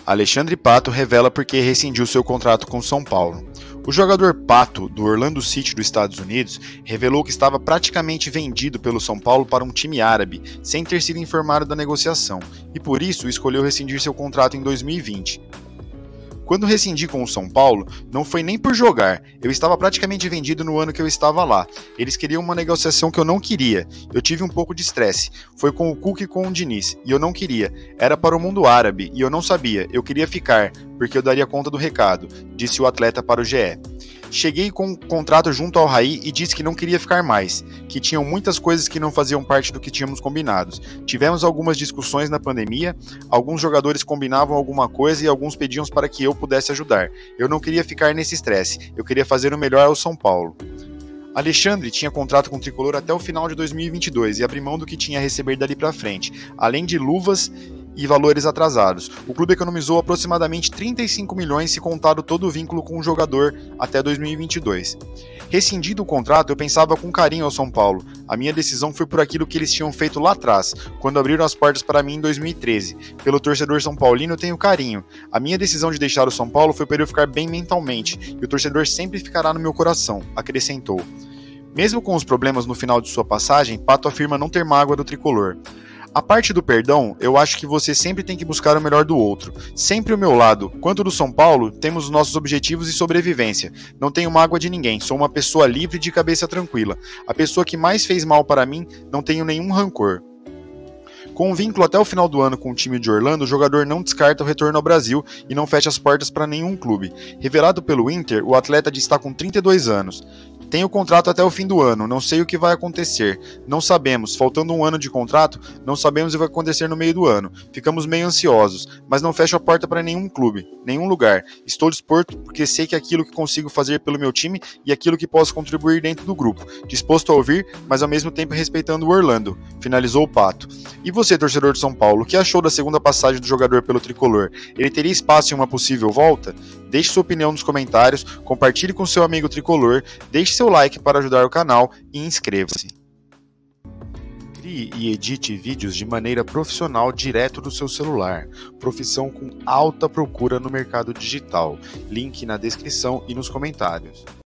Alexandre Pato revela por que rescindiu seu contrato com São Paulo. O jogador Pato, do Orlando City dos Estados Unidos, revelou que estava praticamente vendido pelo São Paulo para um time árabe, sem ter sido informado da negociação, e por isso escolheu rescindir seu contrato em 2020. Quando rescindi com o São Paulo, não foi nem por jogar, eu estava praticamente vendido no ano que eu estava lá. Eles queriam uma negociação que eu não queria, eu tive um pouco de estresse. Foi com o Cuca e com o Diniz, e eu não queria. Era para o mundo árabe, e eu não sabia, eu queria ficar, porque eu daria conta do recado, disse o atleta para o GE. Cheguei com um contrato junto ao Raí e disse que não queria ficar mais, que tinham muitas coisas que não faziam parte do que tínhamos combinados. Tivemos algumas discussões na pandemia, alguns jogadores combinavam alguma coisa e alguns pediam para que eu pudesse ajudar. Eu não queria ficar nesse estresse, eu queria fazer o melhor ao São Paulo. Alexandre tinha contrato com o Tricolor até o final de 2022 e abriu mão do que tinha a receber dali para frente, além de luvas e valores atrasados. O clube economizou aproximadamente 35 milhões se contado todo o vínculo com o jogador até 2022. Rescindido o contrato, eu pensava com carinho ao São Paulo. A minha decisão foi por aquilo que eles tinham feito lá atrás, quando abriram as portas para mim em 2013. Pelo torcedor são paulino eu tenho carinho. A minha decisão de deixar o São Paulo foi para eu ficar bem mentalmente, e o torcedor sempre ficará no meu coração, acrescentou. Mesmo com os problemas no final de sua passagem, Pato afirma não ter mágoa do tricolor. A parte do perdão, eu acho que você sempre tem que buscar o melhor do outro. Sempre o meu lado. Quanto do São Paulo, temos os nossos objetivos e sobrevivência. Não tenho mágoa de ninguém, sou uma pessoa livre de cabeça tranquila. A pessoa que mais fez mal para mim, não tenho nenhum rancor. Com um vínculo até o final do ano com o time de Orlando, o jogador não descarta o retorno ao Brasil e não fecha as portas para nenhum clube. Revelado pelo Inter, o atleta está com 32 anos. Tenho contrato até o fim do ano, não sei o que vai acontecer. Não sabemos, faltando um ano de contrato, não sabemos o que vai acontecer no meio do ano. Ficamos meio ansiosos, mas não fecho a porta para nenhum clube, nenhum lugar. Estou disposto porque sei que aquilo que consigo fazer pelo meu time e aquilo que posso contribuir dentro do grupo. Disposto a ouvir, mas ao mesmo tempo respeitando o Orlando, finalizou o Pato. E você, torcedor de São Paulo, o que achou da segunda passagem do jogador pelo tricolor? Ele teria espaço em uma possível volta? Deixe sua opinião nos comentários, compartilhe com seu amigo tricolor, deixe seu like para ajudar o canal e inscreva-se. Crie e edite vídeos de maneira profissional direto do seu celular. Profissão com alta procura no mercado digital. Link na descrição e nos comentários.